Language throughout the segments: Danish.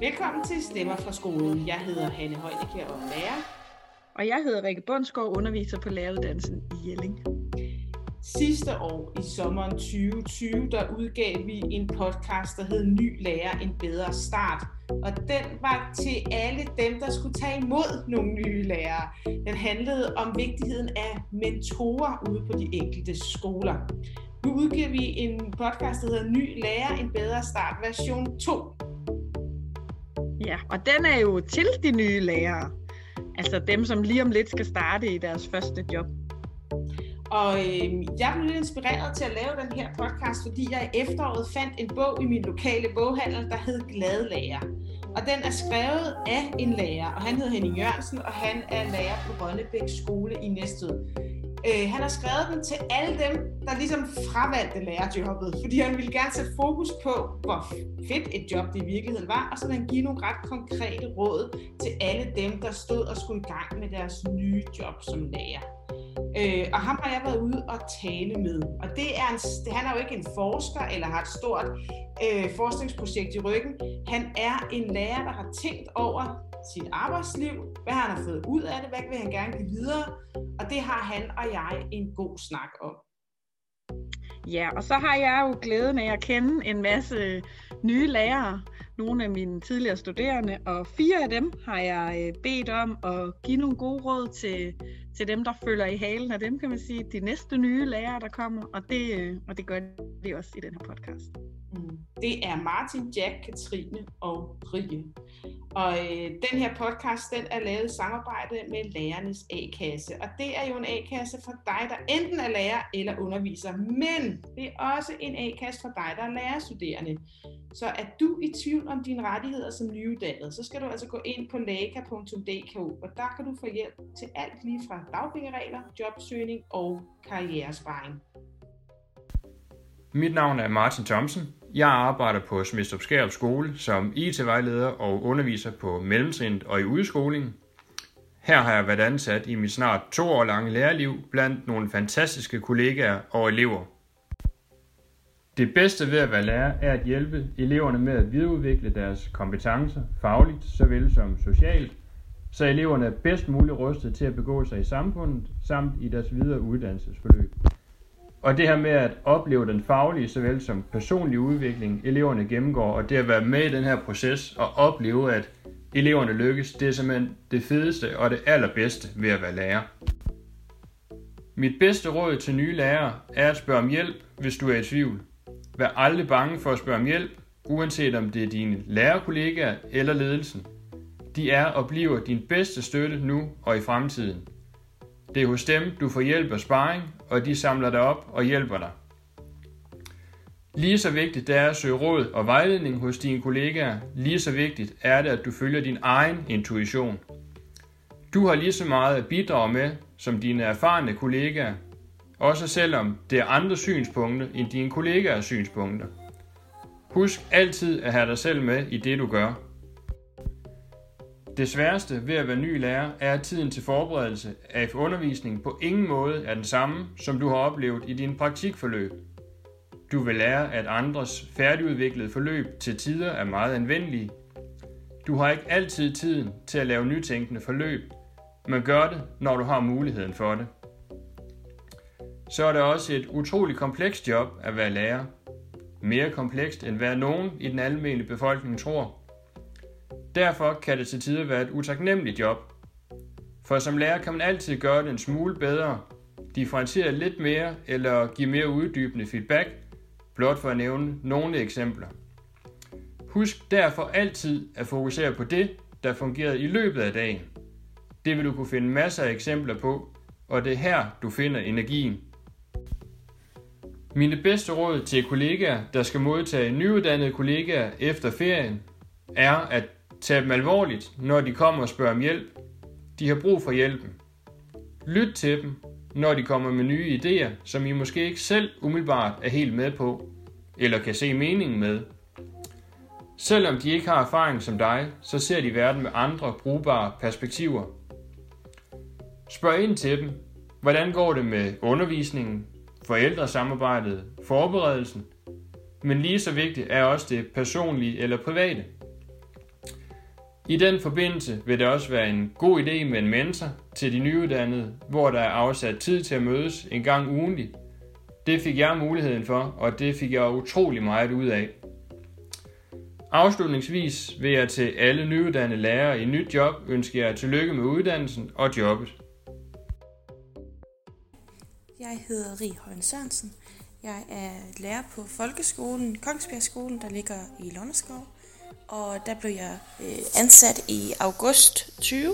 Velkommen til Stemmer fra skolen. Jeg hedder Hanne Højnekjær og er lærer. Og jeg hedder Rikke Bundsgaard, underviser på læreruddannelsen i Jelling. Sidste år i sommeren 2020, der udgav vi en podcast, der hed Ny Lærer, en bedre start. Og den var til alle dem, der skulle tage imod nogle nye lærere. Den handlede om vigtigheden af mentorer ude på de enkelte skoler. Nu udgiver vi en podcast, der hedder Ny Lærer, en bedre start, version 2. Ja, og den er jo til de nye lærere. Altså dem, som lige om lidt skal starte i deres første job. Og jeg blev lidt inspireret til at lave den her podcast, fordi jeg i efteråret fandt en bog i min lokale boghandel, der hed Glade Lærer. Og den er skrevet af en lærer, og han hedder Henning Jørgensen, og han er lærer på Rønnebæk skole i Næstved. Han har skrevet den til alle dem, der ligesom fravalgte lærerjobbet, fordi han ville gerne sætte fokus på, hvor fedt et job det i virkeligheden var, og så ville han give nogle ret konkrete råd til alle dem, der stod og skulle i gang med deres nye job som lærer. Og ham har jeg været ude og tale med, og han er jo ikke en forsker eller har et stort forskningsprojekt i ryggen. Han er en lærer, der har tænkt over sit arbejdsliv, hvad han har fået ud af det, hvad vil han gerne give videre, og det har han og jeg en god snak om. Ja, og så har jeg jo glæden af at kende en masse nye lærere, nogle af mine tidligere studerende, og 4 af dem har jeg bedt om at give nogle gode råd til dem, der følger i halen af dem, kan man sige, de næste nye lærere, der kommer, og det gør de også i den her podcast. Det er Martin, Jack, Katrine og Rikke. Og den her podcast, den er lavet i samarbejde med Lærernes A-kasse. Og det er jo en A-kasse for dig, der enten er lærer eller underviser. Men det er også en A-kasse for dig, der er lærerstuderende. Så er du i tvivl om dine rettigheder som nyuddannet, så skal du altså gå ind på laka.dk, og der kan du få hjælp til alt lige fra dagpengeregler, jobsøgning og karrieresparing. Mit navn er Martin Thomsen. Jeg arbejder på Smidstrup Skærup Skole som IT-vejleder og underviser på mellemtrinnet og i udskolingen. Her har jeg været ansat i mit snart 2 år lange lærerliv blandt nogle fantastiske kollegaer og elever. Det bedste ved at være lærer er at hjælpe eleverne med at videreudvikle deres kompetencer fagligt såvel som socialt, så eleverne er bedst muligt rustet til at begå sig i samfundet samt i deres videre uddannelsesforløb. Og det her med at opleve den faglige såvel som personlige udvikling, eleverne gennemgår, og det at være med i den her proces og opleve, at eleverne lykkes, det er simpelthen det fedeste og det allerbedste ved at være lærer. Mit bedste råd til nye lærere er at spørge om hjælp, hvis du er i tvivl. Vær aldrig bange for at spørge om hjælp, uanset om det er dine lærerkollegaer eller ledelsen. De er og bliver din bedste støtte nu og i fremtiden. Det er hos dem, du får hjælp og sparring, og de samler dig op og hjælper dig. Lige så vigtigt det er at søge råd og vejledning hos dine kollegaer, lige så vigtigt er det, at du følger din egen intuition. Du har lige så meget at bidrage med, som dine erfarne kollegaer, også selvom det er andre synspunkter end dine kollegaers synspunkter. Husk altid at have dig selv med i det, du gør. Det sværeste ved at være ny lærer er, at tiden til forberedelse af undervisning på ingen måde er den samme, som du har oplevet i din praktikforløb. Du vil lære, at andres færdigudviklede forløb til tider er meget anvendelige. Du har ikke altid tiden til at lave nytænkende forløb, men gør det, når du har muligheden for det. Så er det også et utroligt komplekst job at være lærer. Mere komplekst end hvad nogen i den almindelige befolkning tror. Derfor kan det til tider være et utaknemmeligt job. For som lærer kan man altid gøre det en smule bedre, differentiere lidt mere eller give mere uddybende feedback, blot for at nævne nogle eksempler. Husk derfor altid at fokusere på det, der fungerede i løbet af dagen. Det vil du kunne finde masser af eksempler på, og det er her, du finder energien. Mine bedste råd til kollegaer, der skal modtage nyuddannede kollegaer efter ferien, er at tage dem alvorligt, når de kommer og spørger om hjælp. De har brug for hjælpen. Lyt til dem, når de kommer med nye idéer, som I måske ikke selv umiddelbart er helt med på, eller kan se meningen med. Selvom de ikke har erfaring som dig, så ser de verden med andre brugbare perspektiver. Spørg ind til dem, hvordan går det med undervisningen, forældresamarbejdet, forberedelsen, men lige så vigtigt er også det personlige eller private. I den forbindelse vil det også være en god idé med en mentor til de nyuddannede, hvor der er afsat tid til at mødes en gang ugentlig. Det fik jeg muligheden for, og det fik jeg utrolig meget ud af. Afslutningsvis vil jeg til alle nyuddannede lærere i nyt job ønske jer tillykke med uddannelsen og jobbet. Jeg hedder Rie Højen Sørensen. Jeg er lærer på folkeskolen, Kongsbjergskolen, der ligger i Lunderskov. Og der blev jeg ansat i august 20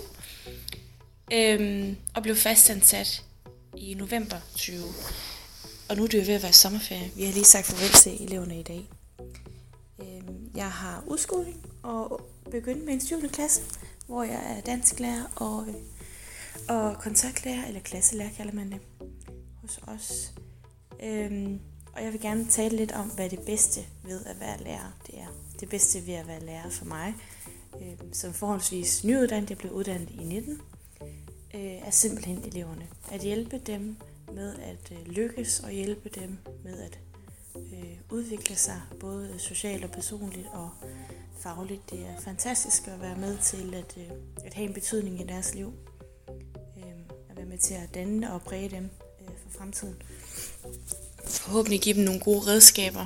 og blev fastansat i november 20. Og nu er det jo ved at være sommerferie. Vi har lige sagt farvel til eleverne i dag. Jeg har udskoling og begyndt med en 7. klasse, hvor jeg er dansklærer og kontaktlærer, eller klasselærer kalder man det, hos os. Og jeg vil gerne tale lidt om, hvad det bedste ved at være lærer det er. Det bedste ved at være lærer for mig, som forholdsvis nyuddannet, jeg blev uddannet i 19, er simpelthen eleverne. At hjælpe dem med at lykkes og hjælpe dem med at udvikle sig, både socialt og personligt og fagligt. Det er fantastisk at være med til at have en betydning i deres liv. At være med til at danne og præge dem for fremtiden. Forhåbentlig give dem nogle gode redskaber,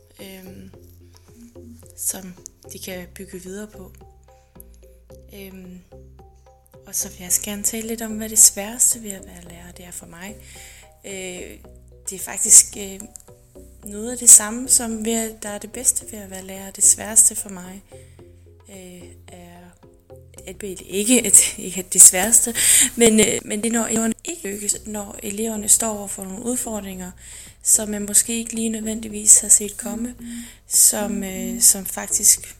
som de kan bygge videre på. Og så vil jeg gerne tale lidt om, hvad det sværeste ved at være lærer det er for mig. Det er faktisk noget af det samme, som der er det bedste ved at være lærer. Det sværeste for mig er ikke det sværeste, men det er, når eleverne ikke lykkes, når eleverne står over for nogle udfordringer, som man måske ikke lige nødvendigvis har set komme, som faktisk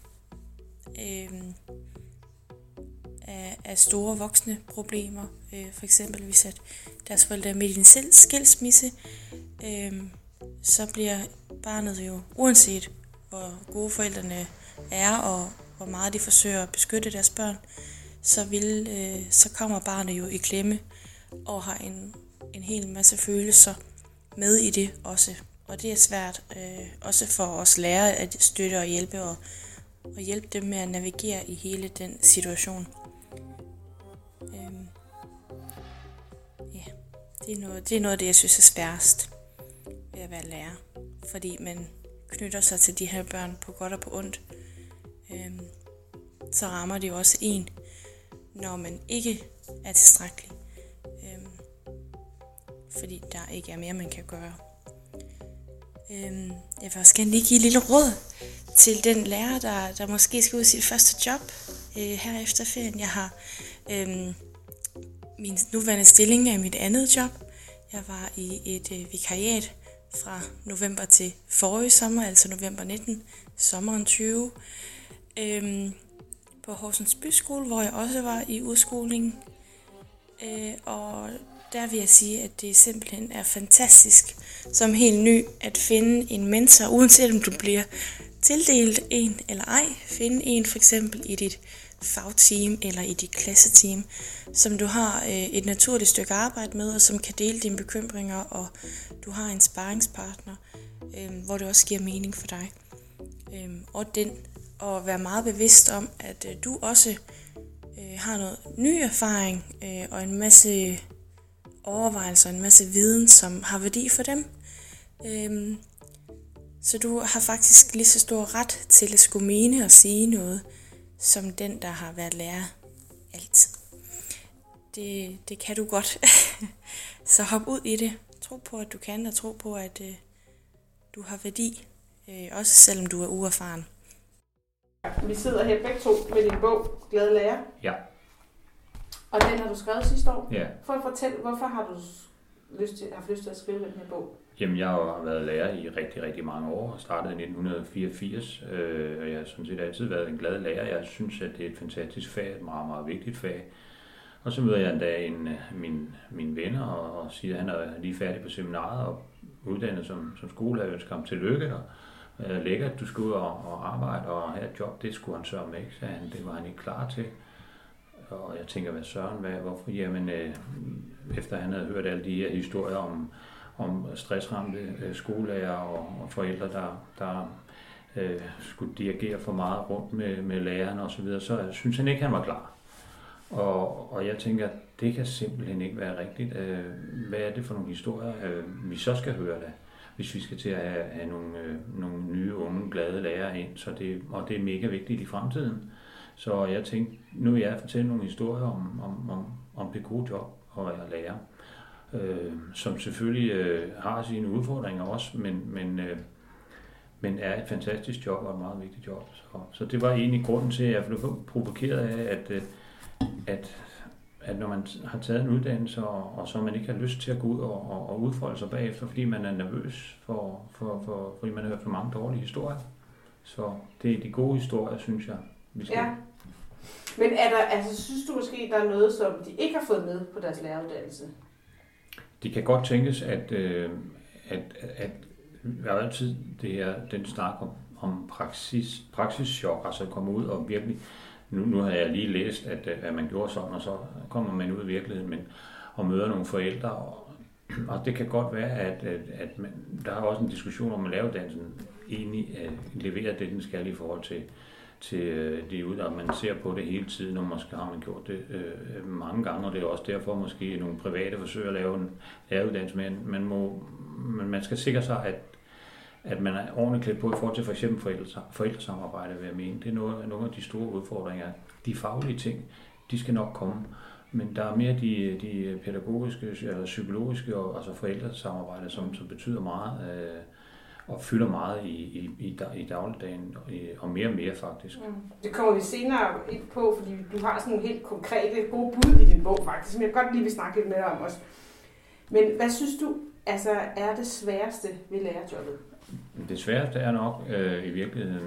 er store voksne problemer. For eksempel hvis at deres forældre er midt i en skilsmisse, så bliver barnet jo, uanset hvor gode forældrene er, og hvor meget de forsøger at beskytte deres børn, så kommer barnet jo i klemme og har en hel masse følelser med i det også. Og det er svært også for os lærere at støtte og hjælpe og hjælpe dem med at navigere i hele den situation. Det er noget af det, jeg synes er sværest ved at være lærer. Fordi man knytter sig til de her børn på godt og på ondt. Så rammer det jo også en, når man ikke er tilstrækkelig. Fordi der ikke er mere, man kan gøre. Jeg vil også gerne lige give et lille råd til den lærer, der måske skal ud i sit første job her efter ferien. Jeg har min nuværende stilling af mit andet job. Jeg var i et vikariat fra november til forrige sommer, altså november 19, sommeren 20, på Horsens Byskole, hvor jeg også var i udskoling. Og der vil jeg sige, at det simpelthen er fantastisk som helt ny at finde en mentor, uanset om du bliver tildelt en eller ej. Finde en for eksempel i dit fagteam eller i dit klasseteam, som du har et naturligt stykke arbejde med, og som kan dele dine bekymringer, og du har en sparringspartner, hvor det også giver mening for dig. Og være meget bevidst om, at du også har noget ny erfaring og en masse overvejelser, en masse viden, som har værdi for dem. Så du har faktisk lige så stor ret til at skulle mene og sige noget, som den, der har været lærer altid. Det kan du godt. Så hop ud i det. Tro på, at du kan, og tro på, at du har værdi, også selvom du er uerfaren. Vi sidder her begge to med din bog, Glade Lærer. Ja. Og den har du skrevet sidste år. Ja. For at fortælle, hvorfor har du haft lyst til at skrive den her bog? Jamen, jeg har været lærer i rigtig, rigtig mange år og startede i 1984. Og jeg har sådan set altid været en glad lærer. Jeg synes, at det er et fantastisk fag, et meget, meget vigtigt fag. Og så møder jeg en dag min venner og siger, at han er lige færdig på seminaret og uddannet som skolelærer. Jeg ønsker ham tillykke. Og lækkert, du skal ud og arbejde og have et job. Det skulle han sørge ikke, sagde han. Det var han ikke klar til. Og jeg tænker, hvad søren, hvorfor? Jamen, efter han havde hørt alle de her historier om stressramte skolelærer og forældre, der skulle dirigere for meget rundt med læreren og så videre, så synes han ikke, han var klar. Og jeg tænker, det kan simpelthen ikke være rigtigt. Hvad er det for nogle historier, vi så skal høre da, hvis vi skal til at have nogle nye, unge, glade lærere ind. Og det er mega vigtigt i fremtiden. Så jeg tænkte, nu vil jeg fortælle nogle historier om det gode job at være lærer. Som selvfølgelig har sine udfordringer også, men er et fantastisk job og et meget vigtigt job. Så det var egentlig grunden til, at jeg blev provokeret af, at når man har taget en uddannelse, og så man ikke har lyst til at gå ud og udfolde sig bagefter, fordi man er nervøs, fordi man har hørt for mange dårlige historier. Så det er de gode historier, synes jeg, vi skal. Ja. Men synes du måske, der er noget, som de ikke har fået med på deres læreruddannelse? De kan godt tænkes, at der er altid den snak om praksischok, altså komme ud og virkelig. Nu har jeg lige læst, at man gjorde sådan, og så kommer man ud i virkeligheden og møder nogle forældre. Og det kan godt være, at der er også en diskussion om, at læreruddannelsen egentlig leverer det, den skal i forhold til de uddannelser. Man ser på det hele tiden, og måske har man gjort det mange gange, og det er også derfor måske nogle private forsøger at lave en læreruddannelse, men man skal sikre sig, at man er ordentligt klædt på i forhold til for eksempel forældresamarbejde, vil jeg mene. Det er nogle af de store udfordringer. De faglige ting, de skal nok komme, men der er mere de pædagogiske eller psykologiske og altså forældresamarbejde, som betyder meget og fylder meget i dagligdagen, og mere faktisk. Det kommer vi senere ind på, fordi du har sådan nogle helt konkrete gode bud i din bog faktisk, som jeg godt lige vil snakke lidt mere om også. Men hvad synes du er det sværeste ved lærerjobbet? Det sværeste er nok i virkeligheden,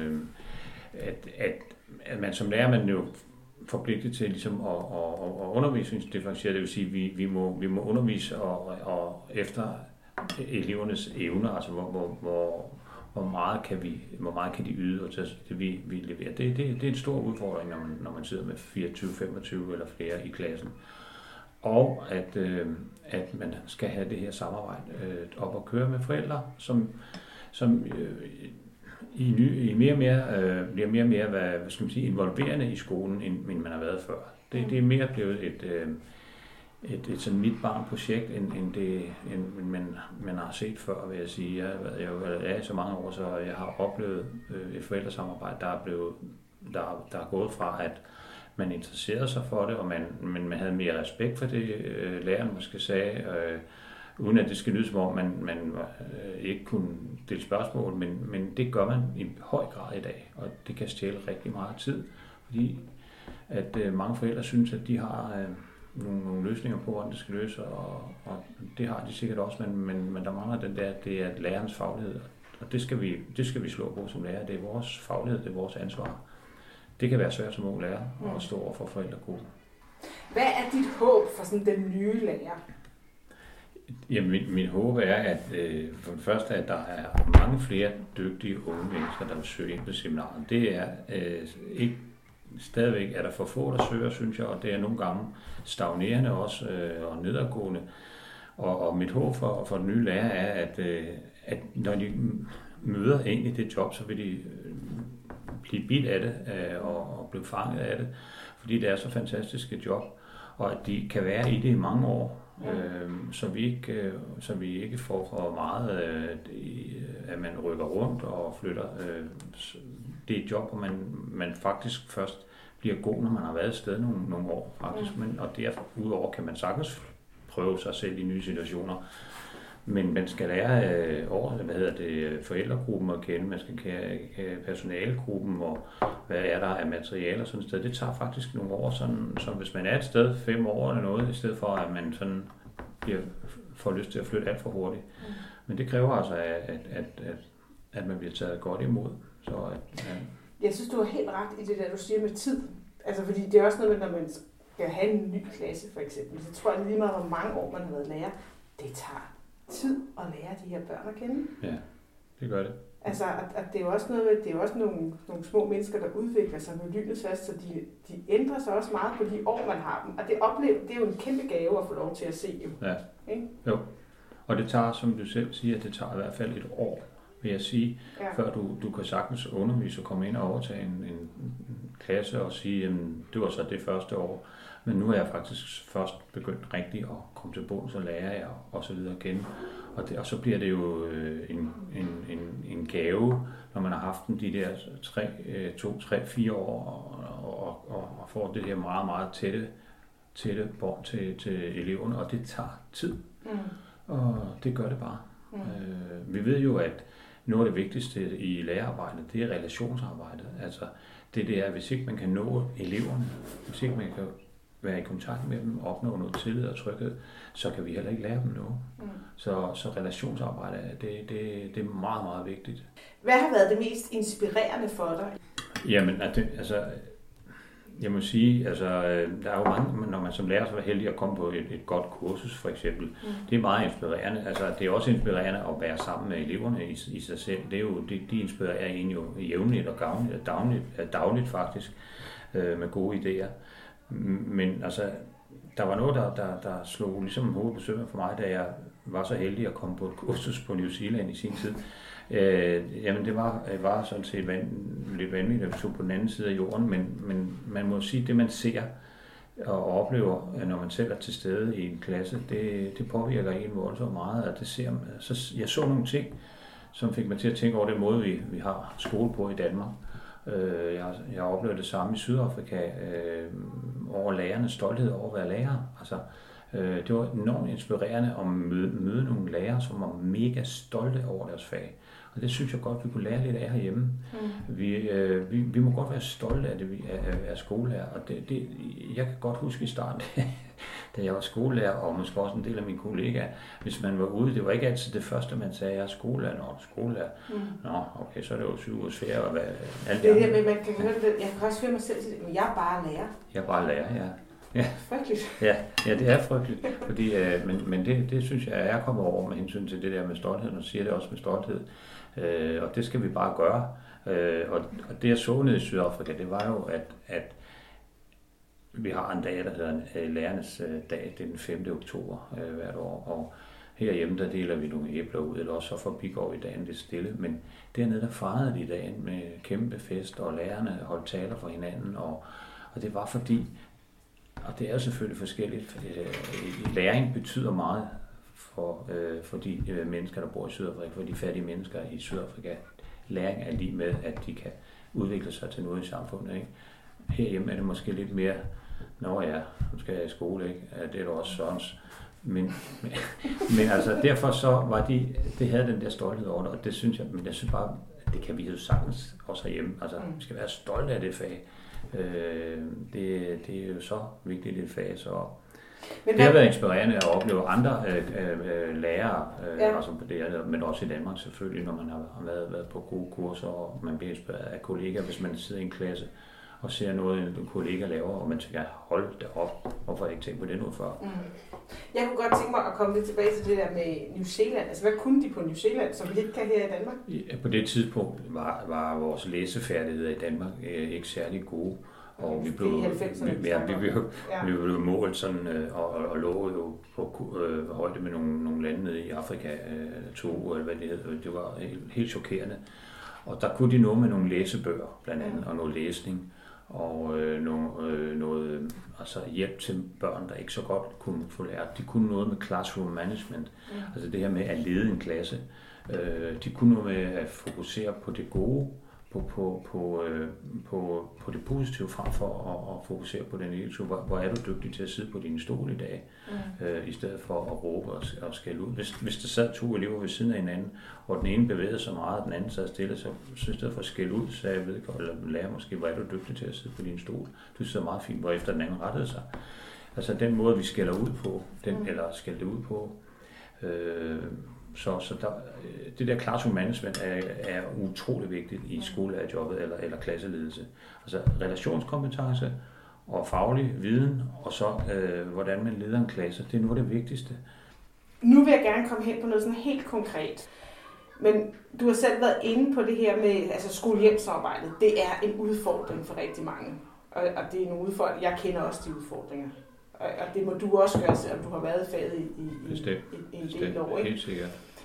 at man som lærer, man jo forpligtet til ligesom at undervisningsdifferentiere, det vil sige, vi må undervise og efter elevernes evner, altså hvor meget kan de yde, og det vi leverer. Det er en stor udfordring, når man sidder med 24, 25 eller flere i klassen. Og at man skal have det her samarbejde op og køre med forældre, som i mere og mere bliver mere og mere hvad skal man sige, involverende i skolen, end man har været før. Det er mere blevet et sådan mit barn-projekt, end man har set før, vil jeg sige. Jeg er så mange år, så jeg har oplevet et forældresamarbejde, der er gået fra, at man interesserede sig for det, og man havde mere respekt for det, læreren måske sagde, uden at det skal lyde som om, man ikke kunne stille spørgsmål, men det gør man i høj grad i dag, og det kan stjæle rigtig meget tid, fordi at mange forældre synes, at de har nogle løsninger på, hvordan det skal løse, og det har de sikkert også, men der mangler den der, det er lærerens faglighed, og det skal vi slå på som lærer. Det er vores faglighed, det er vores ansvar. Det kan være svært som ung lærer at stå over for forældregruppen. Hvad er dit håb for sådan den nye lærer? Jamen, mit håb er, at for det første, at der er mange flere dygtige unge mennesker, der vil søge ind på seminariet. Det er ikke stadigvæk, er der for få, der søger, synes jeg, og det er nogle gange stagnerende også og nedadgående. Og mit håb for den nye lærer er, at når de møder ind i det job, så vil de blive bidt af det og blive fanget af det, fordi det er så fantastisk et job, og at de kan være i det i mange år, så vi ikke får for meget, at man rykker rundt og flytter. Det er et job, hvor man faktisk først bliver god, når man har været et sted nogle år, faktisk. Og derudover kan man sagtens prøve sig selv i nye situationer. Men man skal lære forældregruppen at kende, man skal kende personalegruppen, og hvad er der af materialer sådan et sted. Det tager faktisk nogle år, så hvis man er et sted 5 år eller noget, i stedet for at man sådan får lyst til at flytte alt for hurtigt. Men det kræver altså, at man bliver taget godt imod. Jeg synes, du har helt ret i det der, du siger med tid. Altså, fordi det er også noget med, når man skal have en ny klasse, for eksempel. Så tror jeg lige meget, hvor mange år man har været lærer. Det tager tid at lære de her børn at kende. Ja, det gør det. Altså, at det er jo også noget med, det er jo også nogle små mennesker, der udvikler sig med lynets fast, så de ændrer sig også meget på de år, man har dem. Og det er jo en kæmpe gave at få lov til at se. Jo. Ja, jo. Og det tager, som du selv siger, det tager i hvert fald et år, vil jeg sige, før du kan sagtens undervise og komme ind og overtage en klasse og sige, at det var så det første år, men nu er jeg faktisk først begyndt rigtigt at komme til bunds og lære jer og så videre igen. Og så bliver det jo en gave, når man har haft den de der 2-3-4 år og får det her meget, meget tætte bånd til eleverne, og det tager tid. Og det gør det bare. Vi ved jo, at noget af det vigtigste i lærerarbejdet, det er relationsarbejdet. Altså det er, hvis ikke man kan nå eleverne, hvis ikke man kan være i kontakt med dem, opnå noget tillid og tryghed, så kan vi heller ikke lære dem noget. Så relationsarbejde, det er meget, meget vigtigt. Hvad har været det mest inspirerende for dig? Jamen, jeg må sige, der er jo mange, når man som lærer så er heldig at komme på et godt kursus, for eksempel. Det er meget inspirerende. Det er også inspirerende at være sammen med eleverne i sig selv. Det er jo, de inspirerer en jo jævnligt og dagligt faktisk, med gode idéer. Men der var noget, der slog ligesom hovedet på sømmet for mig, da jeg var så heldig at komme på et kursus på New Zealand i sin tid. Jamen det var sådan set lidt vanvittigt, at vi tog på den anden side af jorden, men man må sige, det man ser og oplever, når man selv er til stede i en klasse, det påvirker en voldsomt meget, og det ser man. Jeg så nogle ting, som fik mig til at tænke over den måde, vi har skole på i Danmark. Jeg oplevede det samme i Sydafrika, over lærernes stolthed over at være lærer. Det var enormt inspirerende at møde nogle lærere, som var mega stolte over deres fag. Og det synes jeg godt, vi kunne lære lidt af herhjemme. Vi må godt være stolte af det, vi er skolelærer. Og jeg kan godt huske i starten, da jeg var skolelærer, og måske også en del af mine kollegaer, hvis man var ude, det var ikke altid det første, man sagde, jeg er skolelærer. Nå, okay, så er det jo 7 ugers ferie, og alt det andet. Men man kan høre det, jeg kan også høre mig selv til det, men jeg er bare lærer. Jeg er bare lærer, ja. Ja. Frygteligt. Ja, det er frygteligt, fordi, men det synes jeg er kommet over med hensyn til det der med stolthed, og siger det også med stolthed, og det skal vi bare gøre. Og det jeg så nede i Sydafrika, det var jo, at vi har en dag, der hedder lærernes dag, det er den 5. oktober hvert år, og herhjemme der deler vi nogle æbler ud, eller også så forbigår vi dagen lidt stille, men dernede der fejrede de dagen med kæmpe fest, og lærerne holdt taler for hinanden, og det var fordi, og det er jo selvfølgelig forskelligt. Læring betyder meget for de mennesker, der bor i Sydafrika, for de fattige mennesker i Sydafrika. Læring er lige med, at de kan udvikle sig til noget i samfundet. Ikke? Herhjemme er det måske lidt mere, nu skal jeg i skole, ikke? Det er jo også sådan. Men derfor så var det havde den der stolthed over det, og det synes jeg bare, det kan vi jo sagtens også herhjemme. Vi skal være stolte af det fag. Det er jo så vigtigt et fag, så det har været inspirerende at opleve andre lærere, men også i Danmark selvfølgelig, når man har været på gode kurser, og man bliver inspireret af kollegaer, hvis man sidder i en klasse og ser noget, en kollega laver, og man tænker, hold det op, hvorfor har jeg ikke tænkt på det nu før? Jeg kunne godt tænke mig at komme lidt tilbage til det der med New Zealand. Hvad kunne de på New Zealand, som vi ikke kan her i Danmark? På det tidspunkt var vores læsefærdigheder i Danmark ikke særlig gode. Og vi blev målt sådan, og lå jo på højde med nogle lande nede i Afrika, 2 eller hvad det hedder. Det var helt chokerende. Og der kunne de nå med nogle læsebøger, blandt andet, og noget læsning, og noget hjælp til børn, der ikke så godt kunne få lært. De kunne noget med classroom management, altså det her med at lede en klasse. De kunne noget med at fokusere på det gode, på det positive frem for at fokusere på det negative. Hvor er du dygtig til at sidde på din stol i dag, i stedet for at råbe og skælde ud. Hvis der sad 2 elever ved siden af hinanden, og den ene bevægede sig meget, og den anden sad stille, så i stedet for at skælde ud, så jeg ved ikke, eller lærer måske, hvor er du dygtig til at sidde på din stol. Du sidder meget fint, hvorefter den anden rettede sig. Altså den måde, vi skælder ud på, eller skældte ud på, så det der classroom management er utrolig vigtigt i skolelærerjobbet eller klasseledelse. Altså relationskompetence og faglig viden, og så hvordan man leder en klasse, det er noget af det vigtigste. Nu vil jeg gerne komme hen på noget sådan helt konkret. Men du har selv været inde på det her med skole-hjem-samarbejdet. Det er en udfordring for rigtig mange. Og det er nogle udfordringer. Jeg kender også de udfordringer. Og det må du også gøre, selvom du har været i faget i en del år. Ikke? Helt sikkert.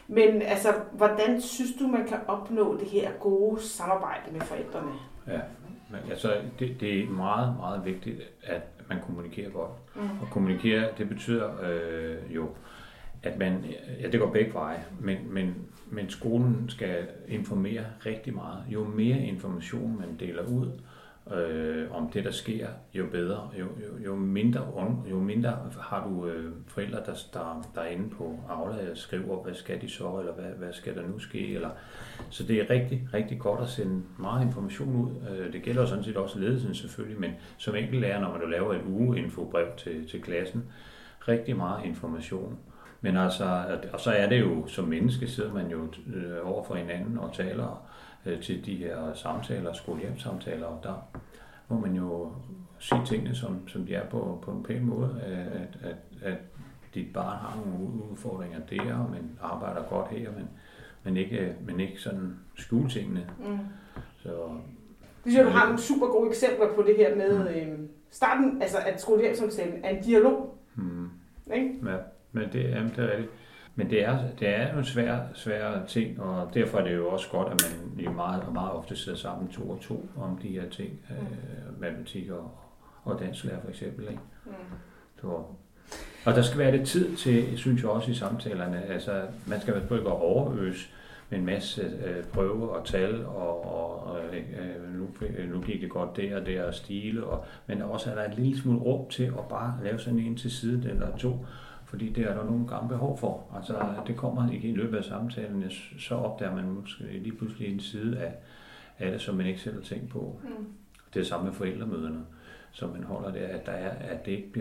Men altså, hvordan synes du, man kan opnå det her gode samarbejde med forældrene? Ja, men altså, det er meget, meget vigtigt, at man kommunikerer godt. Og kommunikere, det betyder jo, at man, ja, det går begge veje, men skolen skal informere rigtig meget. Jo mere information man deler ud om det, der sker, jo bedre. Jo mindre har du forældre, der er inde på Aula og skriver, hvad skal de så, eller hvad skal der nu ske. Eller. Så det er rigtig, rigtig godt at sende meget information ud. Det gælder sådan set også ledelsen selvfølgelig, men som enkeltlærer, når man laver et ugeinfobrev til klassen, rigtig meget information. Men altså, og så er det jo, som menneske sidder man jo over for hinanden og taler til de her samtaler, skolehjemsamtaler, og der må man jo sige tingene, som de er på en pæn måde, at dit barn har nogle udfordringer der, men arbejder godt her, men ikke sådan skjule tingene. Så, det synes jeg, du har nogle super gode eksempler på det her med starten, altså at skolehjemsamtalen er en dialog. Ikke? Ja. Men det er rigtigt. Men det er jo en svær ting, og derfor er det jo også godt, at man jo meget ofte sidder sammen 2 og 2 om de her ting, matematik og dansklærer for eksempel. Ikke? Og der skal være lidt tid til, synes jeg også i samtalerne, altså man skal ikke overøse med en masse prøver og tal, og nu gik det godt der og stile, men også er der et lille smule rum til at bare lave sådan en til side eller 2, fordi det er der nogle gange behov for. Altså, det kommer ikke i løbet af samtalen, så opdager man måske lige pludselig en side af det, som man ikke selv har tænkt på. Det er samme med forældremøderne, som man holder der, at det ikke bliver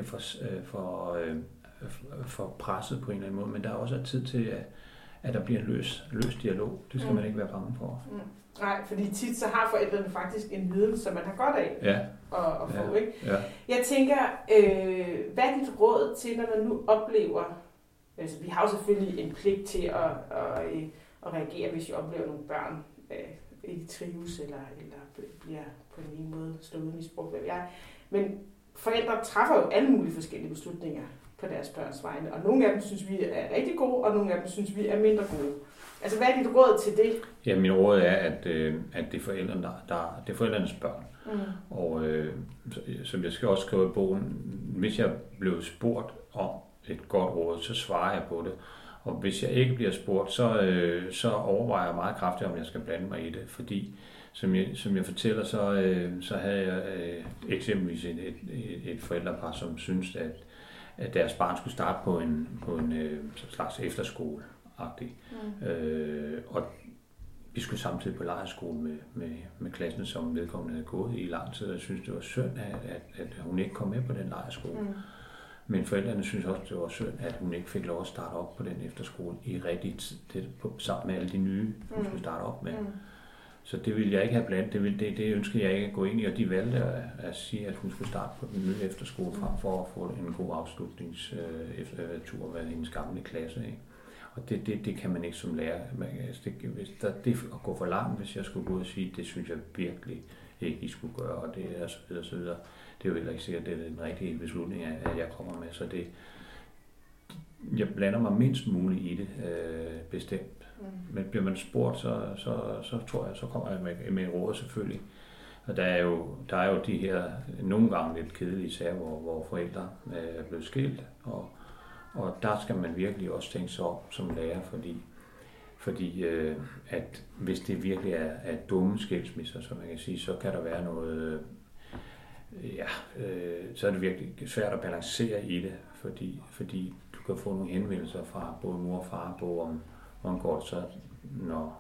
for presset på en eller anden måde, men der er også tid til, at der bliver en løs dialog. Det skal man ikke være bange for. Nej, fordi tit så har forældrene faktisk en viden, som man har godt af at få. Ikke? Ja. Jeg tænker, hvad er dit råd til, når man nu oplever, altså vi har jo selvfølgelig en pligt til at reagere, hvis vi oplever nogle børn ikke trives, eller bliver på en ene måde slået ud i sprog. Men forældre træffer jo alle mulige forskellige beslutninger på deres børns vegne, og nogle af dem synes vi er rigtig gode, og nogle af dem synes vi er mindre gode. Altså, hvad er dit råd til det? Ja, min råd er, at det er forældrene, det er forældrenes børn. Og som jeg skal også skrive i bogen, hvis jeg blev spurgt om et godt råd, så svarer jeg på det. Og hvis jeg ikke bliver spurgt, så overvejer jeg meget kraftigt, om jeg skal blande mig i det. Fordi, som jeg fortæller, så havde jeg eksempelvis et forældrepar, som syntes, at deres barn skulle starte på en slags efterskole. Og vi skulle samtidig på lejrskole med klassen, som vedkommende havde gået i lang tid, og jeg synes, det var synd, at hun ikke kom med på den lejrskole. Men forældrene synes også, det var synd, at hun ikke fik lov at starte op på den efterskole i rigtig tid, sammen med alle de nye, hun skulle starte op med. Så det ville jeg ikke have blandt. Det ønskede jeg ikke at gå ind i, og de valgte at sige, at hun skulle starte på den nye efterskole, frem for at få en god afslutningstur med hendes gamle klasse. Ikke? Og det kan man ikke som lærer. Det at gå for langt, hvis jeg skulle gå ud og sige, det synes jeg virkelig ikke, I skulle gøre, og det er så videre, så videre. Det er jo heller ikke sikkert, at det er den rigtige beslutning, at jeg kommer med. Så jeg blander mig mindst muligt i det, bestemt. Men bliver man spurgt, så tror jeg, så kommer jeg med råd selvfølgelig. Og der er jo de her nogle gange lidt kedelige sager, hvor forældre er blevet skilt, og der skal man virkelig også tænke sig om som lærer, fordi at hvis det virkelig er dumme skilsmisser, som man kan sige, så kan der være noget, så er det virkelig svært at balancere i det, fordi du kan få nogle henvendelser fra både mor og far på, om går så, når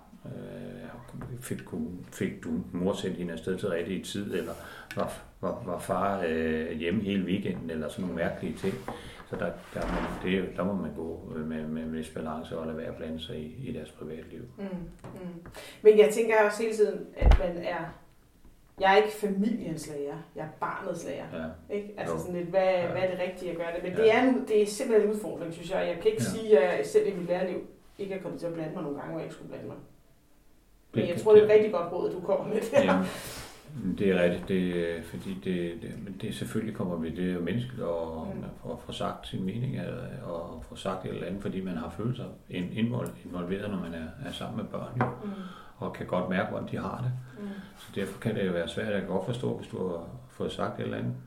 fik du mor sendt hende afsted til rigtig tid, eller var far hjemme hele weekenden, eller sådan nogle mærkelige ting. Så der må man gå med en vis balance og lade være at blande sig i deres privatliv. Men jeg tænker også hele tiden, at jeg er ikke familiens lærer, jeg er barnets lærer. Ja. Ikke? Altså sådan lidt, hvad er det rigtige at gøre det? Men det er simpelthen en udfordring, synes jeg. Jeg kan ikke sige, at jeg selv i mit lærerliv ikke er kommet til at blande mig nogle gange, hvor jeg ikke skulle blande mig. Men jeg tror, det er et rigtig godt råd, du kommer med der. Det er rigtigt, fordi det selvfølgelig kommer vi, det er jo menneskeligt at få sagt sin mening og få sagt et eller andet, fordi man har følelser involveret, når man er sammen med børn jo, og kan godt mærke, hvordan de har det. Så derfor kan det jo være svært at godt forstå, hvis du har fået sagt et eller andet.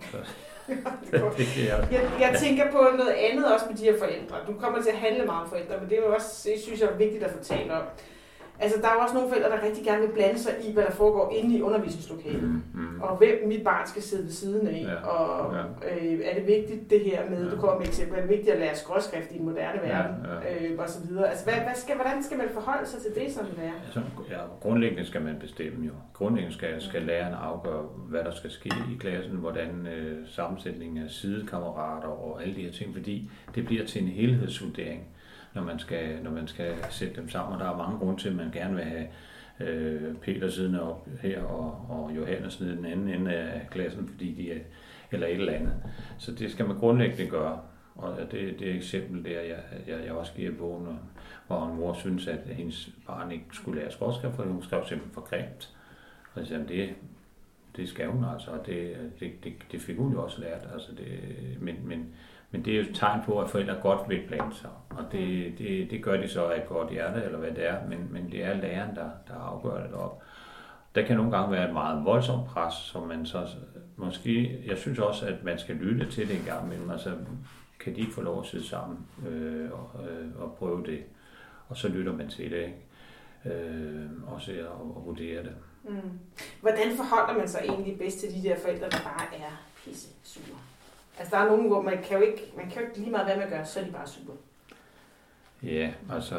Jeg tænker på noget andet også med de her forældre. Du kommer til at handle meget om forældre, men det er jo også, det synes jeg er vigtigt at fortælle om. Altså, der er jo også nogle forældre, der rigtig gerne vil blande sig i, hvad der foregår inde i undervisningslokalet. Og hvem mit barn skal sidde ved siden af. Ja. Og er det vigtigt det her med, du kommer med eksempel, er det vigtigt at lære skråskrift i en moderne verden, og så videre. Altså, hvordan skal man forholde sig til det som lærer? Altså, grundlæggende skal man bestemme jo. Grundlæggende skal læreren afgøre, hvad der skal ske i klassen, hvordan sammensætningen af sidekammerater og alle de her ting, fordi det bliver til en helhedsvurdering, når man skal sætte dem sammen, og der er mange grunde til, at man gerne vil have Peter siddende op her, og Johannes nede i den anden ende af klassen, fordi de er, eller et eller andet. Så det skal man grundlæggende gøre, og det er et eksempel der, jeg også giver i bogen, hvor en mor synes, at hendes barn ikke skulle lære skråskrift, for hun skrev simpelthen for grimt. Og så det skal hun altså, og det fik hun jo også lært, altså men det er jo et tegn på, at forældre godt vil blande sig, og det gør de så af et godt hjerte, eller hvad det er, men det er læreren, der afgør det op. Der kan nogle gange være et meget voldsomt pres, som man så måske, jeg synes også, at man skal lytte til det en gang imellem, altså kan de ikke få lov at sidde sammen og prøve det, og så lytter man til det, ikke? Og ser og vurderer det. Hvordan forholder man sig egentlig bedst til de der forældre, der bare er pisse sure? Altså, der er nogen, hvor man kan jo ikke lige meget, hvad man gør, så er de bare super. Ja, altså,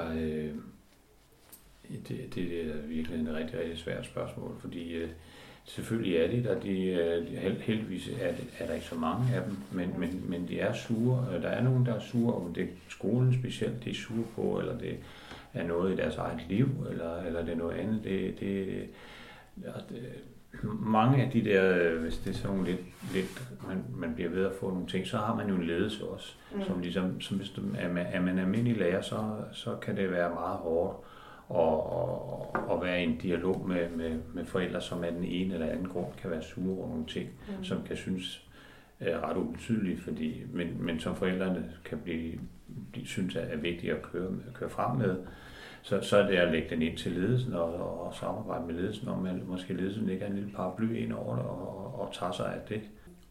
det er virkelig en rigtig, rigtig svært spørgsmål, fordi selvfølgelig er de der, heldigvis er der ikke så mange af dem, men de er sure. Der er nogen, der er sure, og det er skolen specielt, de er sure på, eller det er noget i deres eget liv, eller det er noget andet. Mange af de der, hvis det er sådan lidt man bliver ved at få nogle ting, så har man jo en ledelse også, som ligesom, hvis er man almindelig lærer, så kan det være meget hårdt at være i en dialog med forældre, som af den ene eller anden grund kan være sure over nogle ting, som kan synes ret ubetydelige, men som forældrene kan synes er vigtigt at køre frem med. Så er det at lægge den ind til ledelsen og samarbejde med ledelsen, om man måske ledelsen lægger en lille paraply ind over det og tager sig af det.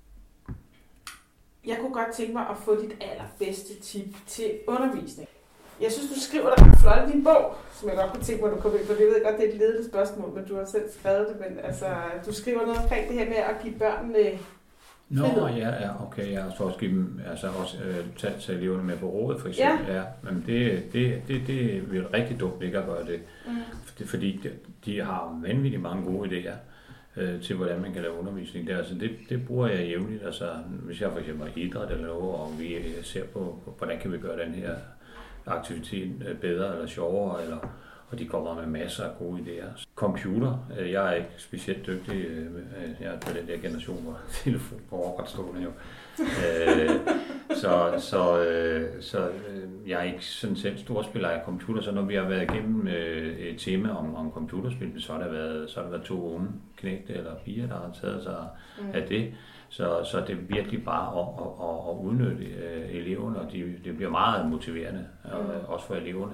Jeg kunne godt tænke mig at få dit allerbedste tip til undervisning. Jeg synes, du skriver det ret flot i din bog, som jeg godt kunne tænke mig, at du kom ind på. Jeg ved godt, det er et ledende spørgsmål, men du har selv skrevet det. Men altså, du skriver noget omkring det her med at give børnene frihed. Ja, okay. Jeg har så også givet dem, altså også tage eleverne med på rådet, for eksempel. Ja. Men det er jo rigtig dumt ikke at gøre det. Fordi de har vanvittigt mange gode idéer til, hvordan man kan lave undervisning der. Altså det bruger jeg jævnligt. Altså, hvis jeg for eksempel har idræt eller noget, og vi ser på, hvordan kan vi gøre den her aktivitet bedre eller sjovere, og de kommer med masser af gode idéer. Computer, jeg er ikke specielt dygtig, jeg er på den der generation, hvor telefonen går overgårdsstående jo. Så jeg er ikke sådan selv storspiller af computer, så når vi har været igennem et tema om computerspil, så har der været 2 unge knægte eller piger, der har taget sig af det. Så det er virkelig bare at udnytte eleverne, og det bliver meget motiverende, også for eleverne.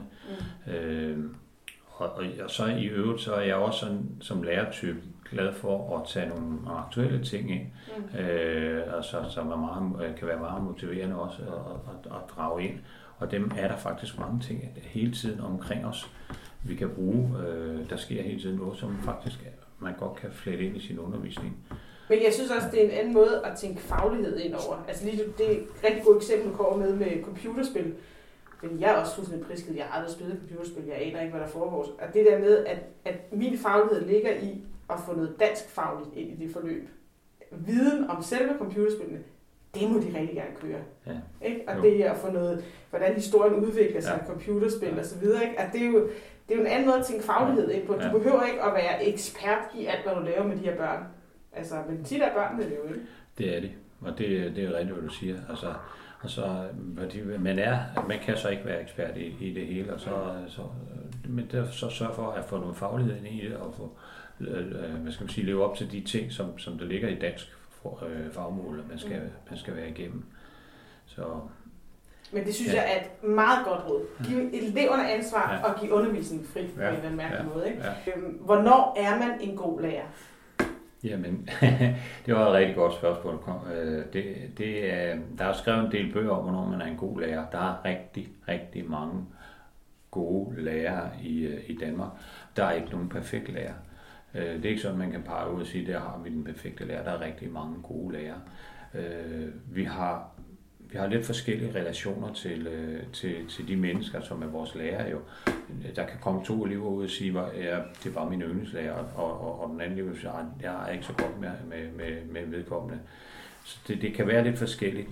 Og så i øvrigt, så er jeg også sådan, som lærertype glad for at tage nogle aktuelle ting ind, som kan være meget motiverende også at drage ind. Og dem er der faktisk mange ting hele tiden omkring os, vi kan bruge. Der sker hele tiden noget, som faktisk man godt kan flette ind i sin undervisning. Men jeg synes også, det er en anden måde at tænke faglighed ind over. Altså lige det er et rigtig godt eksempel, du kommer med computerspil. Men jeg er også fuldstændig prisket. Jeg har aldrig spillet computerspil. Jeg aner ikke, hvad der foregår. Og det der med, at min faglighed ligger i at få noget dansk fagligt ind i det forløb. Viden om selve computerspillene, det må de rigtig gerne køre. Ja. Ikke? Og det at få noget, hvordan historien udvikler sig, computerspil og så videre. Ikke? At det er jo en anden måde at tænke faglighed ind på. Du behøver ikke at være ekspert i alt, hvad du laver med de her børn. Altså, men tit er børnene det jo ikke. Det er det. Og det er rigtigt, hvad du siger. Altså, og så, man kan så ikke være ekspert i det hele, og så men der så sørge for at få noget faglighed ind i det, og få, leve op til de ting, som der ligger i dansk fagmål, at man skal være igennem. Så... Men det synes jeg er et meget godt råd. Giv eleverne ansvar og give undervisningen fri på en eller anden mærkelig måde. Ikke? Ja. Hvornår er man en god lærer? Jamen, det var et rigtig godt spørgsmål. Der er skrevet en del bøger om, hvornår man er en god lærer. Der er rigtig, rigtig mange gode lærere i Danmark. Der er ikke nogen perfekte lærer. Det er ikke sådan, man kan pege ud og sige, der har vi den perfekte lærer. Der er rigtig mange gode lærere. Vi har lidt forskellige relationer til de mennesker, som er vores lærere jo. Der kan komme 2 elever ud og sige, at det var min yndlingslærer, og den anden elev siger, at jeg er ikke så godt med vedkommende. Så det kan være lidt forskelligt,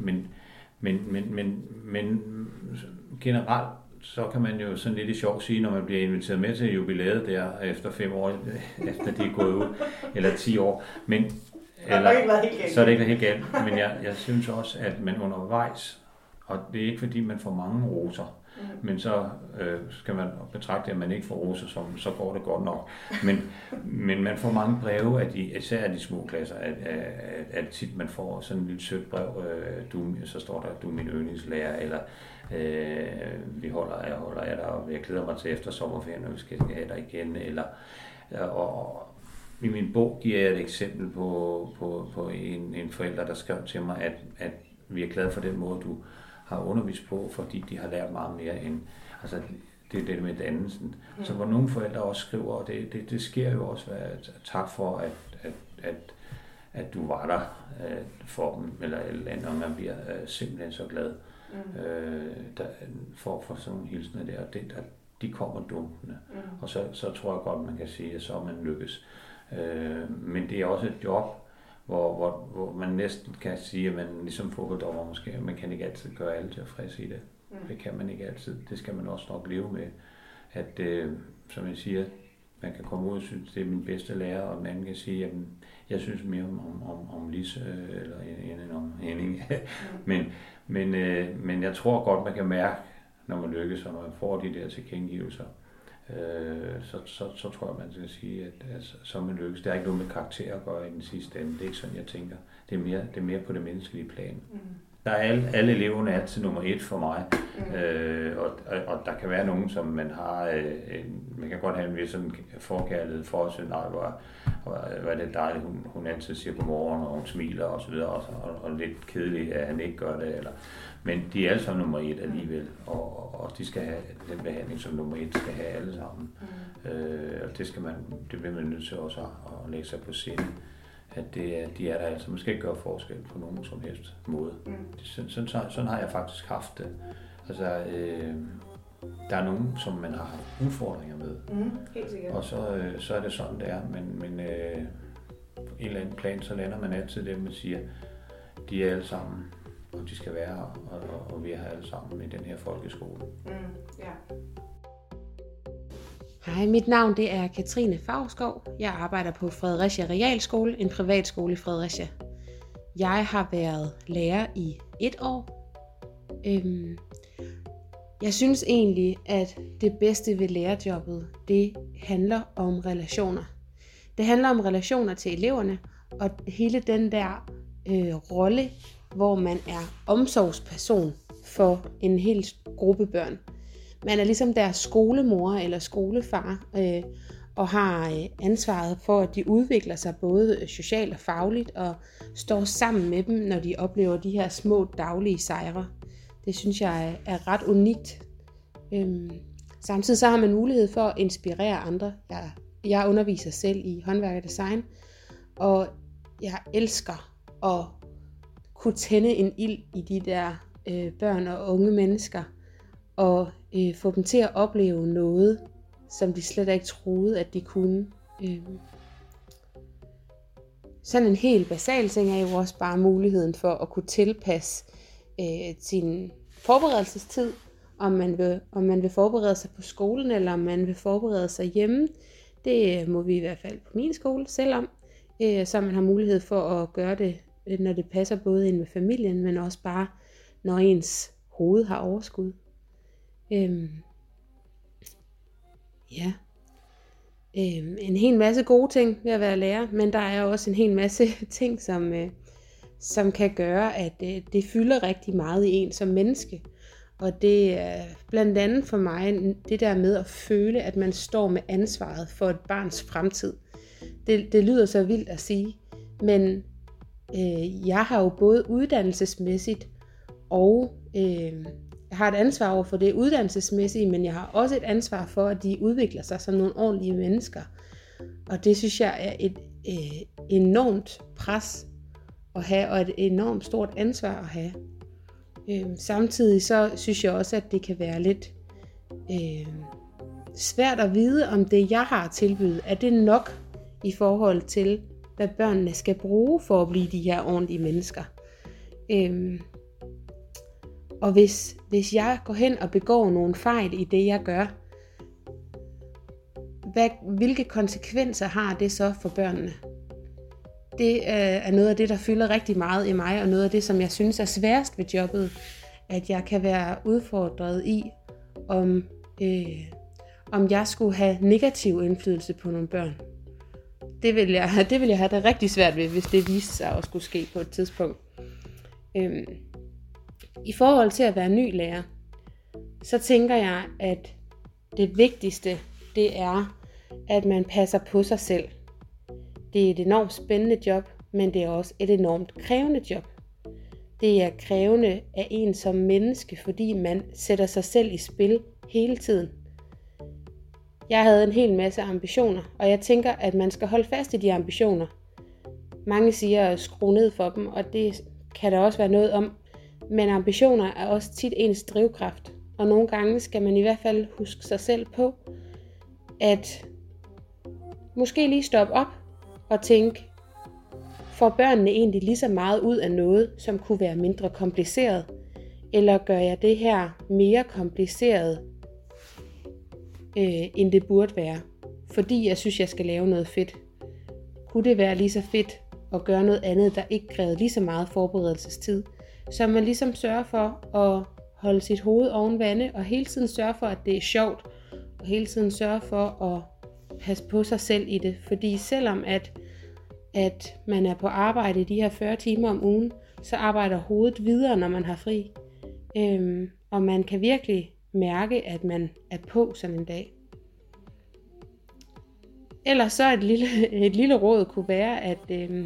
men generelt, så kan man jo sådan lidt i sjov sige, når man bliver inviteret med til jubilæet der efter 5 år, efter de er gået ud, eller 10 år. Så er det ikke helt galt. Men jeg synes også, at man undervejs, og det er ikke fordi man får mange roser, men så skal man betragte, at man ikke får roser, så går det godt nok. Men man får mange breve, især af de små klasser, at tit man får sådan et lille sødt brev, så står der, du er min yndlingslærer, eller jeg holder af dig, og jeg glæder mig til efter sommerferien, og vi skal have dig igen, eller i min bog giver jeg et eksempel på en forælder, der skrev til mig, at vi er glade for den måde, du har undervist på, fordi de har lært meget mere end... Altså, det er det med dannelsen. Så hvor nogle forældre også skriver, og det sker jo også, tak for, at du var der for dem, eller andet, og man bliver simpelthen så glad for sådan nogle hilsner der. De kommer dunkende, og så tror jeg godt, man kan sige, at så er man lykkes. Men det er også et job, hvor man næsten kan sige, at man ligesom fodbolddommer måske, man kan ikke altid gøre alle tilfredse i det. Det kan man ikke altid. Det skal man også nok leve med. At, som jeg siger, man kan komme ud og synes, det er min bedste lærer, og man kan sige, at jeg synes mere om Lise, eller end om Henning. Men jeg tror godt, man kan mærke, når man lykkes, og man får de der tilkendegivelser, så tror jeg, man skal sige, at så man lykkes. Det er ikke noget med karakter at gøre i den sidste ende. Det er ikke sådan, jeg tænker. Det er mere på det menneskelige plan. Der er alle eleverne altid nummer 1 for mig, og der kan være nogen, som man har, man kan godt have en vis sådan forkærlighed for, at nej, hvor er det dejligt, hun altid siger godmorgen, og hun smiler og så videre, og lidt kedeligt, at han ikke gør det, men de er alle sammen nummer 1 alligevel, og de skal have den behandling, som nummer 1 skal have alle sammen. Og det vil man nødt til også at lægge sig på sinde, at de er der altså. Man skal ikke gøre forskel på nogen som helst måde. Sådan har jeg faktisk haft det. Altså, der er nogen, som man har haft udfordringer med. Helt sikkert. Og så er det sådan, det er. Men på en eller anden plan, så lander man altid det, man siger, de er alle sammen, og de skal være her, og vi er her alle sammen i den her folkeskole. Ja. Hej, mit navn det er Katrine Favrskov. Jeg arbejder på Fredericia Realskole, en privatskole i Fredericia. Jeg har været lærer i 1 år. Jeg synes egentlig, at det bedste ved lærerjobbet, det handler om relationer. Det handler om relationer til eleverne, og hele den der rolle, hvor man er omsorgsperson for en hel gruppe børn. Man er ligesom deres skolemor eller skolefar, og har ansvaret for, at de udvikler sig både socialt og fagligt, og står sammen med dem, når de oplever de her små daglige sejre. Det synes jeg er ret unikt. Samtidig så har man mulighed for at inspirere andre. Jeg underviser selv i håndværk og design, og jeg elsker at kunne tænde en ild i de der børn og unge mennesker, og få dem til at opleve noget, som de slet ikke troede, at de kunne. Sådan en helt basal ting er jo også bare muligheden for at kunne tilpasse sin forberedelsestid, om man vil forberede sig på skolen, eller om man vil forberede sig hjemme. Det må vi i hvert fald på min skole selv om, så man har mulighed for at gøre det, når det passer både ind med familien, men også bare, når ens hoved har overskud. en hel masse gode ting ved at være lærer, men der er også en hel masse ting, som kan gøre, at det fylder rigtig meget i en som menneske. Og det er blandt andet for mig det der med at føle, at man står med ansvaret for et barns fremtid. Det lyder så vildt at sige, men jeg har jo både uddannelsesmæssigt og jeg har et ansvar over for det uddannelsesmæssige, men jeg har også et ansvar for, at de udvikler sig som nogle ordentlige mennesker. Og det synes jeg er et enormt pres at have, og et enormt stort ansvar at have. Samtidig så synes jeg også, at det kan være lidt svært at vide, om det jeg har tilbydet, er det nok i forhold til, hvad børnene skal bruge for at blive de her ordentlige mennesker. Og hvis jeg går hen og begår nogle fejl i det, jeg gør, hvilke konsekvenser har det så for børnene? Det er noget af det, der fylder rigtig meget i mig, og noget af det, som jeg synes er sværest ved jobbet, at jeg kan være udfordret i, om jeg skulle have negativ indflydelse på nogle børn. Det vil jeg have det rigtig svært ved, hvis det viste sig at skulle ske på et tidspunkt. I forhold til at være ny lærer, så tænker jeg, at det vigtigste, det er, at man passer på sig selv. Det er et enormt spændende job, men det er også et enormt krævende job. Det er krævende af en som menneske, fordi man sætter sig selv i spil hele tiden. Jeg havde en hel masse ambitioner, og jeg tænker, at man skal holde fast i de ambitioner. Mange siger at skrue ned for dem, og det kan der også være noget om. Men ambitioner er også tit ens drivkraft, og nogle gange skal man i hvert fald huske sig selv på, at måske lige stoppe op og tænke, får børnene egentlig lige så meget ud af noget, som kunne være mindre kompliceret, eller gør jeg det her mere kompliceret, end det burde være, fordi jeg synes, jeg skal lave noget fedt. Kunne det være lige så fedt at gøre noget andet, der ikke krævede lige så meget forberedelsestid, så man ligesom sørger for at holde sit hoved oven vande, og hele tiden sørge for, at det er sjovt, og hele tiden sørge for at passe på sig selv i det. Fordi selvom at man er på arbejde i de her 40 timer om ugen, så arbejder hovedet videre, når man har fri. Og man kan virkelig mærke, at man er på sådan en dag. Ellers så et lille råd kunne være, at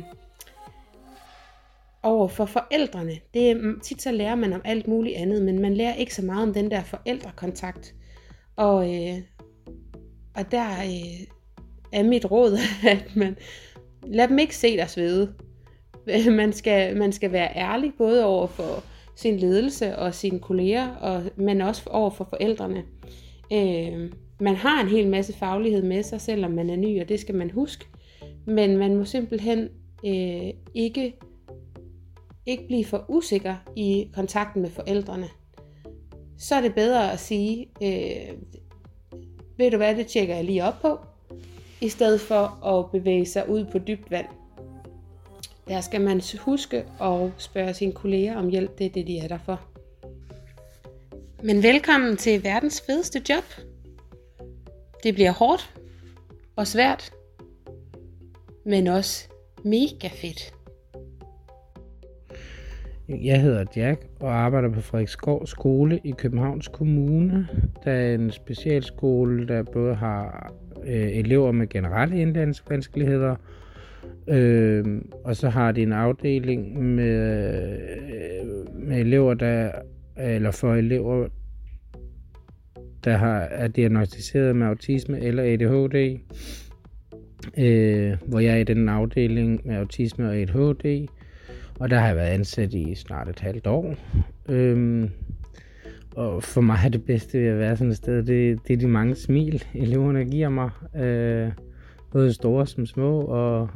over for forældrene, det er tit så lærer man om alt muligt andet, men man lærer ikke så meget om den der forældrekontakt. Og der er mit råd, at man lad dem ikke se dig svede. Man skal være ærlig, både over for sin ledelse og sine kolleger, men også over for forældrene. Man har en hel masse faglighed med sig, selvom man er ny, og det skal man huske. Men man må simpelthen ikke blive for usikker i kontakten med forældrene. Så er det bedre at sige, ved du hvad, det tjekker jeg lige op på, i stedet for at bevæge sig ud på dybt vand. Der skal man huske at spørge sine kolleger om hjælp, det er det, de er der for. Men velkommen til verdens fedeste job. Det bliver hårdt og svært, men også mega fedt. Jeg hedder Jack og arbejder på Frederiksskov Skole i Københavns Kommune. Der er en specialskole, der både har elever med generelle indlæringsvanskeligheder, og så har de en afdeling med elever, for elever, der er diagnosticeret med autisme eller ADHD, hvor jeg er i den afdeling med autisme og ADHD, og der har jeg været ansat i snart et halvt år. Og for mig er det bedste ved at være sådan et sted, det er de mange smil, eleverne giver mig, både store som små, og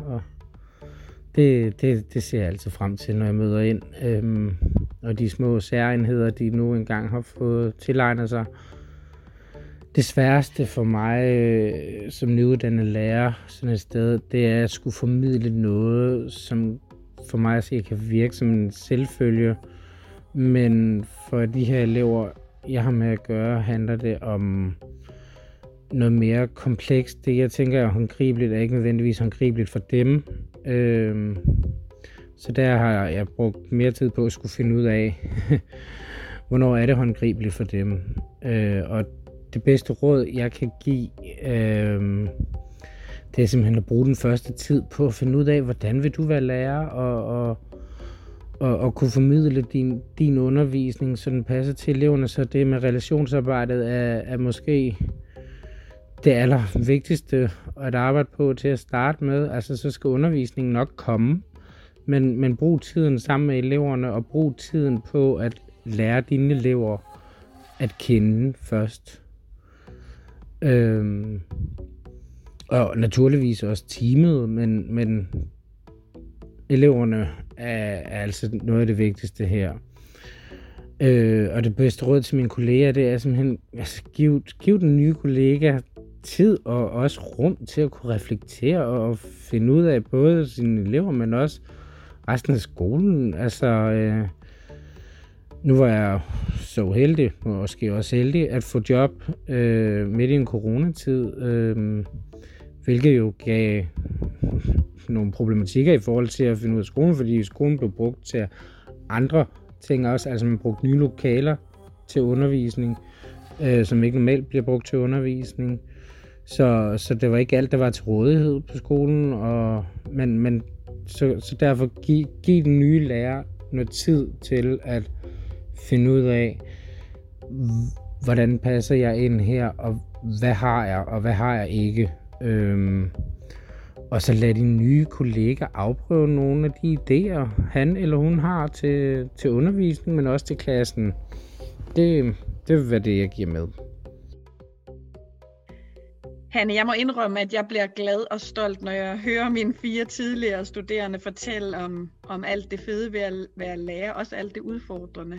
det ser jeg altid frem til, når jeg møder ind. Og de små særenheder, de nu engang har fået tilegnet sig. Det sværeste for mig som nyuddannet lærer sådan et sted, det er at skulle formidle noget, som for mig at se kan virke som en selvfølge. Men for de her elever, jeg har med at gøre, handler det om noget mere komplekst. Det, jeg tænker er håndgribeligt, er ikke nødvendigvis håndgribeligt for dem. Så der har jeg brugt mere tid på at skulle finde ud af, hvornår er det håndgribeligt for dem. Og det bedste råd, jeg kan give, det er simpelthen at bruge den første tid på at finde ud af, hvordan vil du være lærer, og kunne formidle din undervisning, så den passer til eleverne. Så det med relationsarbejdet er måske det allervigtigste at arbejde på til at starte med. Altså så skal undervisningen nok komme, men brug tiden sammen med eleverne, og brug tiden på at lære dine elever at kende først. Og naturligvis også teamet, men eleverne er altså noget af det vigtigste her. Og det bedste råd til mine kolleger, det er simpelthen, altså, giv den nye kollega tid og også rum til at kunne reflektere og finde ud af både sine elever, men også resten af skolen. Altså, nu var jeg så heldig, måske også heldig, at få job midt i en coronatid, hvilket jo gav nogle problematikker i forhold til at finde ud af skolen, fordi skolen blev brugt til andre ting også. Altså man brugte nye lokaler til undervisning, som ikke normalt bliver brugt til undervisning. Så det var ikke alt, der var til rådighed på skolen, men så derfor giv den nye lærer noget tid til at finde ud af, hvordan passer jeg ind her, og hvad har jeg, og hvad har jeg ikke. Og så lad dine nye kollegaer afprøve nogle af de idéer, han eller hun har til undervisning, men også til klassen. Det vil være det, jeg giver med. Hanne, jeg må indrømme, at jeg bliver glad og stolt, når jeg hører mine 4 tidligere studerende fortælle om alt det fede ved at være lærer, også alt det udfordrende.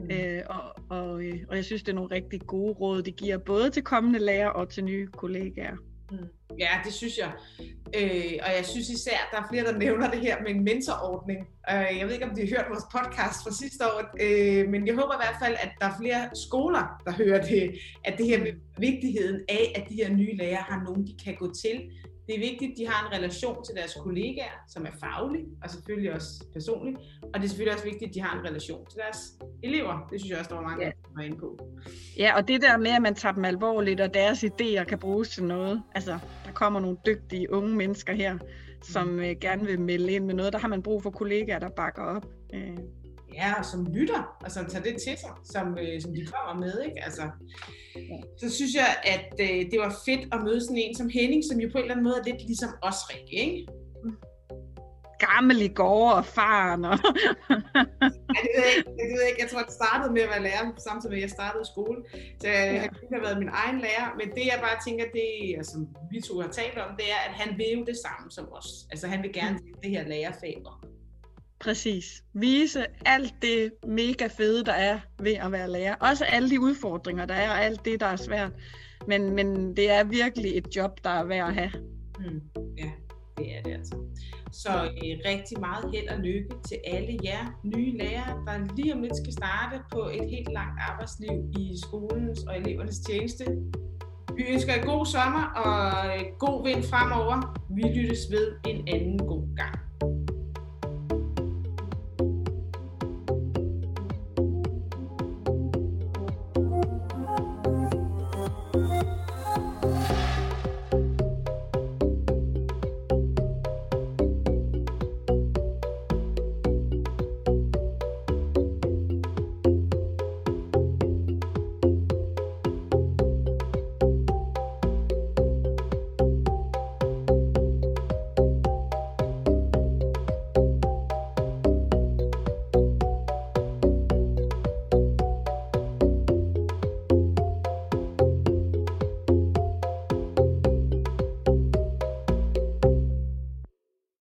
Og jeg synes, det er nogle rigtig gode råd, det giver både til kommende lærere og til nye kollegaer. Ja, det synes jeg. Og jeg synes især, at der er flere, der nævner det her med en mentorordning. Jeg ved ikke, om de har hørt vores podcast fra sidste år, men jeg håber i hvert fald, at der er flere skoler, der hører det, at det her med vigtigheden af, at de her nye lærere har nogen, de kan gå til. Det er vigtigt, at de har en relation til deres kollegaer, som er faglig, og selvfølgelig også personlig. Og det er selvfølgelig også vigtigt, at de har en relation til deres elever. Det synes jeg også, der var mange, der var inde på. Ja, og det der med, at man tager dem alvorligt, og deres idéer kan bruges til noget. Altså, der kommer nogle dygtige unge mennesker her, som gerne vil melde ind med noget. Der har man brug for kollegaer, der bakker op. Ja, og som lytter, og som tager det til sig, som de kommer med, ikke? Altså, så synes jeg, at det var fedt at møde sådan en som Henning, som jo på en eller anden måde er lidt ligesom os, Rikke, ikke? Gammel i går og faren og... Ja, det ved jeg ikke. Jeg tror, det startede med at være lærer, samtidig med at jeg startede i skole. Så jeg kunne have været min egen lærer, men det jeg bare tænker, det som vi to har talt om, det er, at han vil jo det samme som os. Altså han vil gerne det her lærerfag. Præcis. Vise alt det mega fede, der er ved at være lærer. Også alle de udfordringer, der er, og alt det, der er svært. Men det er virkelig et job, der er værd at have. Ja, det er det altså. Så rigtig meget held og lykke til alle jer nye lærere, der lige om lidt skal starte på et helt langt arbejdsliv i skolens og elevernes tjeneste. Vi ønsker jer god sommer og god vind fremover. Vi lyttes ved en anden god gang.